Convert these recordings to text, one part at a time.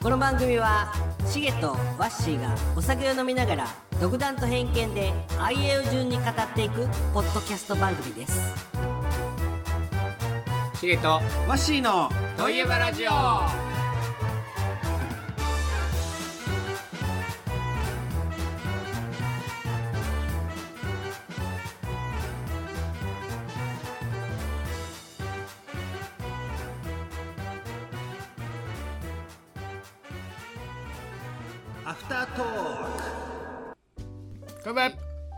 この番組はシゲとワッシーがお酒を飲みながら独断と偏見であいうえお順に語っていくポッドキャスト番組です。 シゲとワッシーのといえばラジオ。 アフタートー乾杯。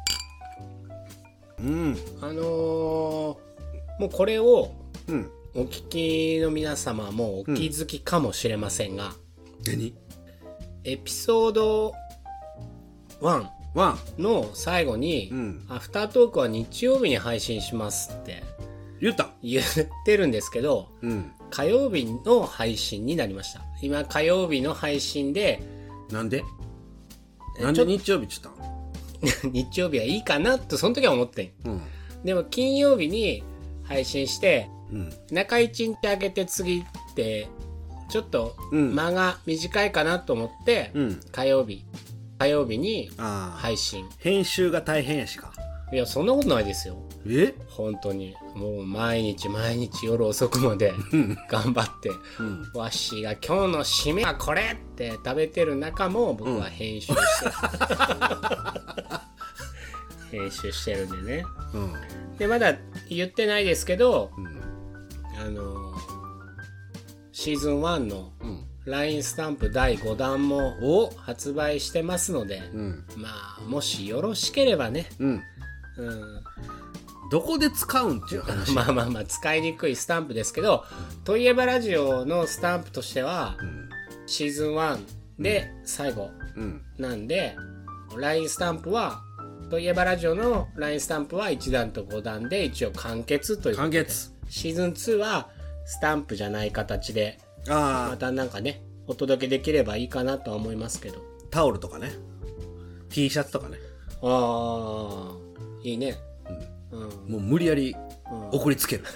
もうこれをお聞きの皆様もお気づきかもしれませんが、 何エピソード1 ワンの最後に、アフタートークは日曜日に配信しますって言った言ってるんですけど、火曜日の配信になりました。今火曜日の配信で、 なんで日曜日ちょっ日曜日はいいかなとその時は思ってん、でも金曜日に配信して、中1日空けて次ってちょっと間が短いかなと思って、火曜日に配信。 編集が大変やしか。 いや、そんなことないですよ。本当にもう毎日夜遅くまで頑張って、わしが今日の締めはこれって食べてる中も僕は編集して、編集してるんでね、でまだ言ってないですけど、シーズン1の LINE スタンプ第5弾も発売してますので、まあもしよろしければね、 どこで使うんっていう話。 まあ使いにくいスタンプですけど、といえばラジオのスタンプとしては、シーズン1で最後なんで、LINE スタンプはといえばラジオの LINE スタンプは1弾と5弾で一応完結ということで、シーズン2はスタンプじゃない形でまたなんかねお届けできればいいかなとは思いますけど、 タオルとかね T シャツとかね。 いいね。 もう無理やり送りつける、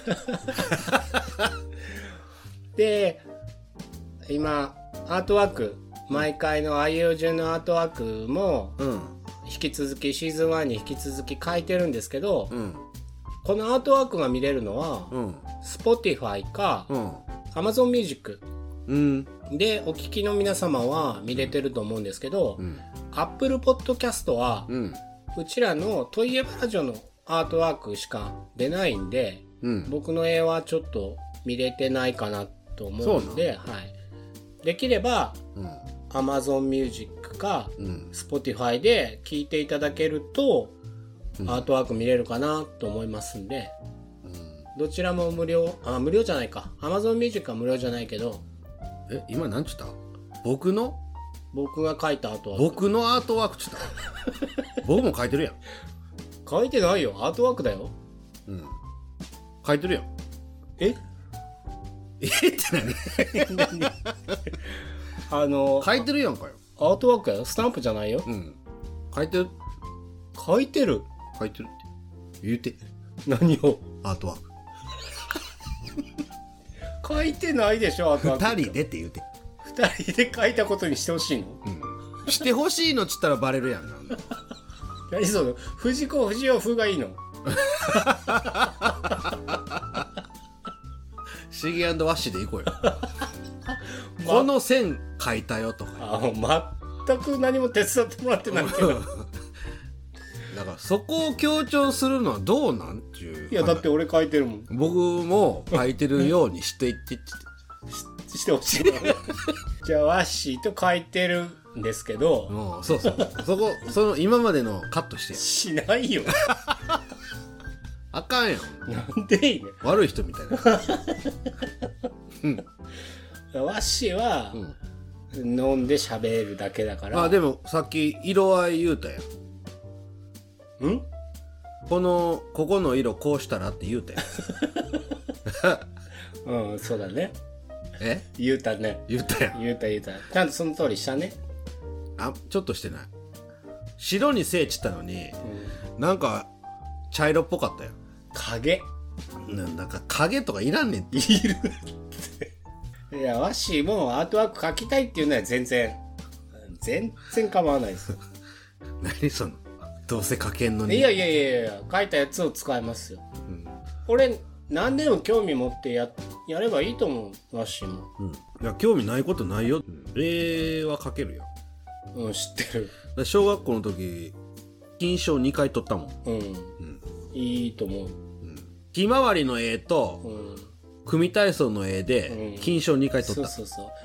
で今アートワーク、毎回のあいうえお順のアートワークも引き続きシーズン1に引き続き書いてるんですけど、このアートワークが見れるのは、Spotify か、Amazon Music、でお聞きの皆様は見れてると思うんですけど、Apple Podcast は、うちらのといえばラジオのアートワークしか出ないんで、僕の絵はちょっと見れてないかなと思うんで、できれば、Amazon Music か、Spotify で聞いていただけると、アートワーク見れるかなと思いますんで、どちらも無料じゃないか。Amazon Music は無料じゃないけど。 今何ちゅった？僕が書いたアートワーク。 僕のアートワークちゅった僕も書いてるやん。 書いてないよ。アートワークだよ。 書いてるやん。って何書いてるやんかよ。 アートワークやよ。スタンプじゃないよ。 書いてるって言うて。 何を？ アートワーク書いてないでしょ。アートワーク 2人でって言うて。 2人で書いたことにしてほしいの？ してほしいのっつったらバレるやん。 何その藤子不二雄風がいいの？ シゲ&ワッシーでいこうよ。この線書いたよとか。 全く何も手伝ってもらってないけど。 だからそこを強調するのはどうなんっていう。 いやだって俺書いてるもん。僕も書いてるようにしていってしてほしい。じゃあワッシーと書いてるんですけど、 その今までのカットしてしないよ。 あかんよ。 なんでいいね。 悪い人みたいな。 ワッシーは、飲んで喋るだけだから。 でもさっき色合い言うたやん。ここの色こうしたらって言うたやん。 そうだね。言うたね。 言うたやん。 言うた。ちゃんとその通りしたね。 ちょっとしてない。白にせえちったのに、なんか茶色っぽかったよ。 影。 なんか影とかいらんねんって。 いるって。 いや、ワッシーもアートワーク描きたいっていうのは全然構わないです。 何その、どうせ描けんのに。 いや、描いたやつを使いますよ。うん、俺、何でも興味持ってやればいいと思う、ワッシーも。 うん。いや、興味ないことないよ。絵は描けるよ。 うん、知ってる。 小学校の時、金賞2回取ったもん。 うん。いいと思う。 ひまわりの絵と、組体操の絵で、金賞2回取った。そう。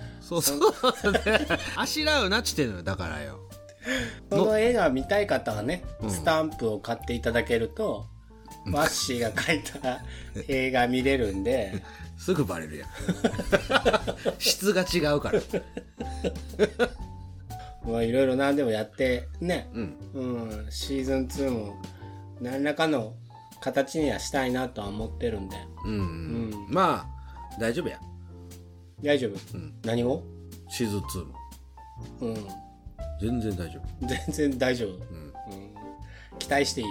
あしらうなっちってんのよ、だからよ。 この絵が見たい方はね、スタンプを買っていただけると、ワッシーが描いた絵が見れるんで。 すぐバレるやん。質が違うから。 まあいろいろ何でもやってね、シーズン2も何らかの形にはしたいなとは思ってるんで、 まあ大丈夫や。 大丈夫、何をシーズン2も、全然大丈夫。 全然大丈夫、期待していい？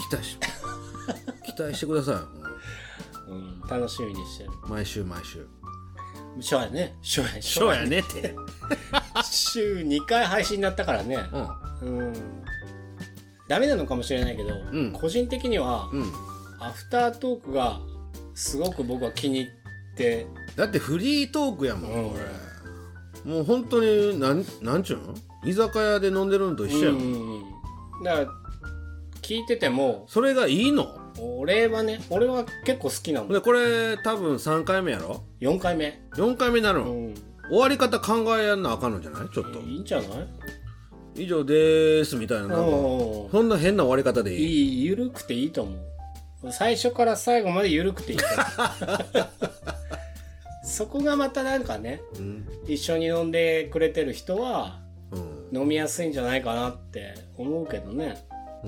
期待してください。 楽しみにしてる。 毎週そうやね。 そうやねって週2回配信になったからね。ダメなのかもしれないけど、個人的には、アフタートークがすごく僕は気に入って。 だってフリートークやもん、これ。もう本当になんちゅうの、居酒屋で飲んでるのと一緒やもん。 だから聞いててもそれがいいの。 俺は結構好きなので、これ多分3回目やろ。 4回目になるの、終わり方考えやんなあかんのじゃない？ちょっといいんじゃない？ 以上でーすみたいな、そんな変な終わり方でいい？ ゆるくていいと思う。最初から最後までゆるくていいと思う。そこがまたなんかね、一緒に飲んでくれてる人は、飲みやすいんじゃないかなって思うけどね。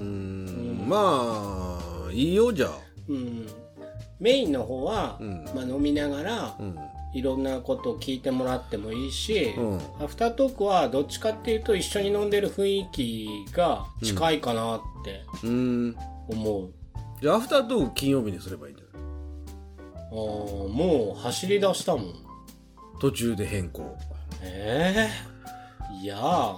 まあいいよ、じゃあ。 メインの方は、飲みながら、いろんなことを聞いてもらってもいいし、アフタートークはどっちかっていうと一緒に飲んでる雰囲気が近いかなって思う。 じゃあアフタートーク金曜日にすればいいんじゃない？ もう走り出したもん。 途中で変更。 いやー。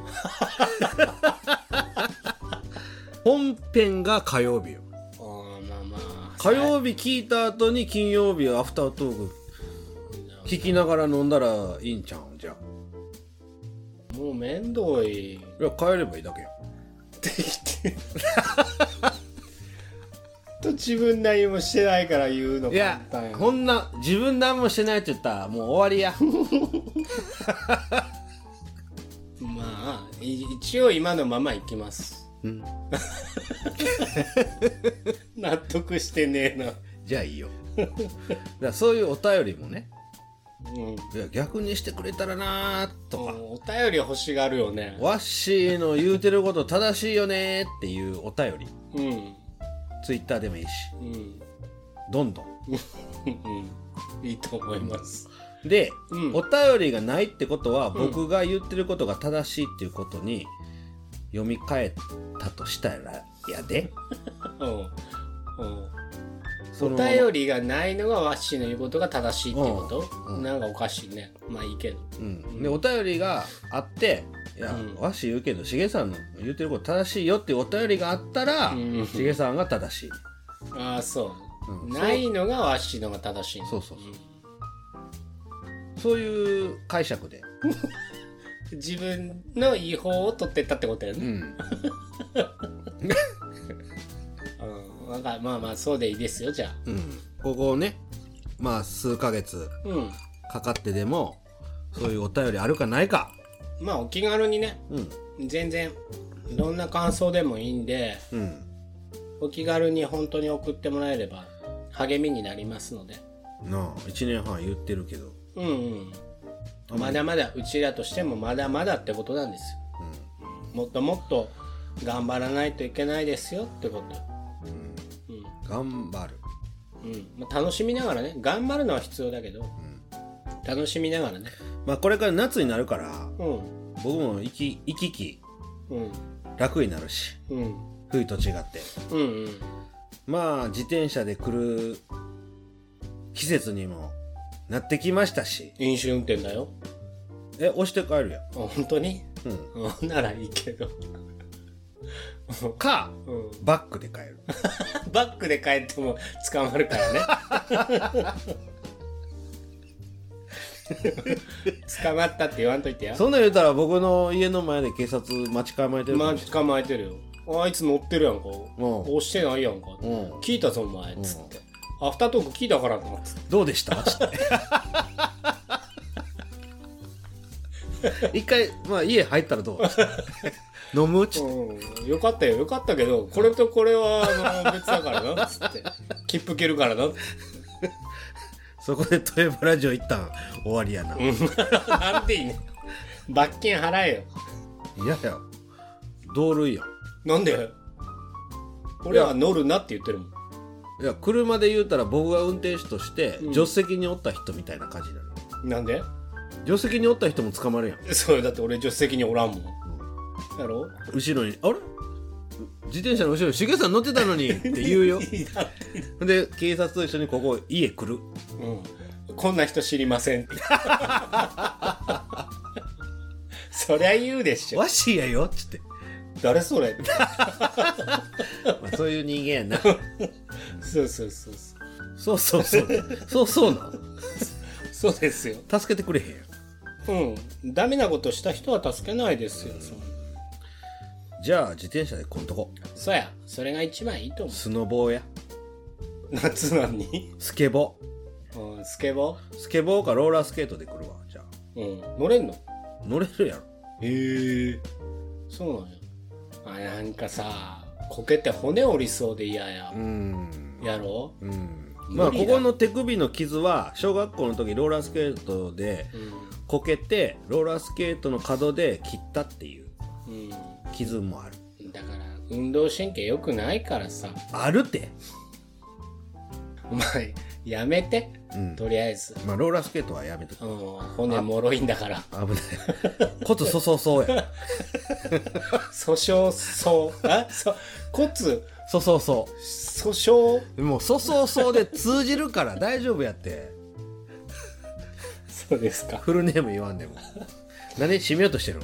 本編が火曜日よ。火曜日聞いた後に金曜日はアフタートーク聞きながら飲んだらいいんちゃうん？じゃあもうめんどい。 いや、帰ればいいだけよ。 と自分何もしてないから言うの簡単や。 いや、こんな自分何もしてないって言ったらもう終わりや。 まあ一応今のままいきます。納得してねえな。 じゃあいいよ。だからそういうお便りもね、いや逆にしてくれたらなとか、 お便り欲しがるよね。 ワッシーの言うてること正しいよねっていうお便り、ツイッターでもいいし、どんどんいいと思います。 で、お便りがないってことは、僕が言ってることが正しいっていうことに読み替えたとしたらやで。 お便りがないのがワッシーの言うことが正しいっていうこと、なんかおかしいね。まあいいけど、 でお便りがあって、いや、ワッシー言うけどしげさんの言ってること正しいよっていうお便りがあったら、しげさんが正しい。 そう、ないのがワッシーのが正しい。 そういう解釈で自分のいい方を取ってったってことやね。まあそうでいいですよ、じゃあ。 ここをね、まあ数ヶ月かかってでも、そういうお便りあるかないか、 まあお気軽にね、全然どんな感想でもいいんで、お気軽に本当に送ってもらえれば励みになりますので。 1年半言ってるけど、 まだまだ、うちらとしてもまだまだってことなんですよ。もっともっと頑張らないといけないですよってこと。 頑張る。 楽しみながらね、頑張るのは必要だけど、楽しみながらね。 まあこれから夏になるから、僕も行き来、楽になるし、冬と違って、まあ自転車で来る季節にもなってきましたし。 飲酒運転だよ。 押して帰るやん。 本当に？ならいいけど。 か、バックで帰る。 バックで帰っても捕まるからね。捕まったって言わんといてや。 そんなん言うたら僕の家の前で警察待ち構えてる。 待ち構えてるよ。あいつ乗ってるやんか。押してないやんか。聞いたぞお前っつって。アフタートーク聞いたからなっつって。 どうでしたっつって。一回、まあ家入ったらどう飲むっつって、 よかったよ、よかったけど、これとこれは別だからなっつって。切符切るからな。 そこで富山ラジオ一旦終わりやな。 なんでいいね。罰金払えよ。いやいや、同類やん。 なんで？俺は乗るなって言ってるもん。 いや、車で言うたら僕が運転手として助手席におった人みたいな感じになる。 なんで？ 助手席におった人も捕まるやん。 そうだって俺助手席におらんもん。やろ？ 後ろに、あれ？自転車の後ろにしげさん乗ってたのにって言うよ。で、警察と一緒にここ家来る。 こんな人知りませんって。そりゃ言うでしょ。 わしやよっつって。 誰それ？ まあそういう人間やな。 そうそうそうそう。そうそうな。 そうですよ。 助けてくれへんやん。ダメなことした人は助けないですよ。 じゃあ自転車でこんとこ。 そうや、それが一番いいと思う。 スノボーや。 夏なのに？ スケボー。スケボーかローラースケートで来るわ。じゃあ。 乗れんの？ 乗れるやろ。 へえ。そうなんや。なんかさ、こけて骨折りそうで嫌や。やろ？ まあここの手首の傷は小学校の時ローラースケートでこけてローラースケートの角で切ったっていう傷もある。 だから運動神経良くないからさ。 あるって。 お前やめて、とりあえず。 まあローラースケートはやめとく。 骨もろいんだから。 危ない。骨粗鬆そうや。 粗鬆そう。骨粗鬆そう。 粗鬆。 もう粗鬆そうで通じるから大丈夫やって。 そうですか。 フルネーム言わんでも。何締めようとしてる？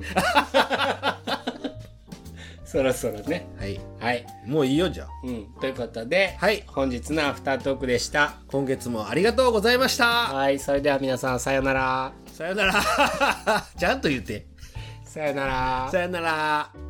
そろそろね。 はい。もういいよじゃあ。 ということで、本日のアフタートークでした。 今月もありがとうございました。 はい、それでは皆さんさよなら。 さよなら。ちゃんと言って。 さよなら。 さよなら。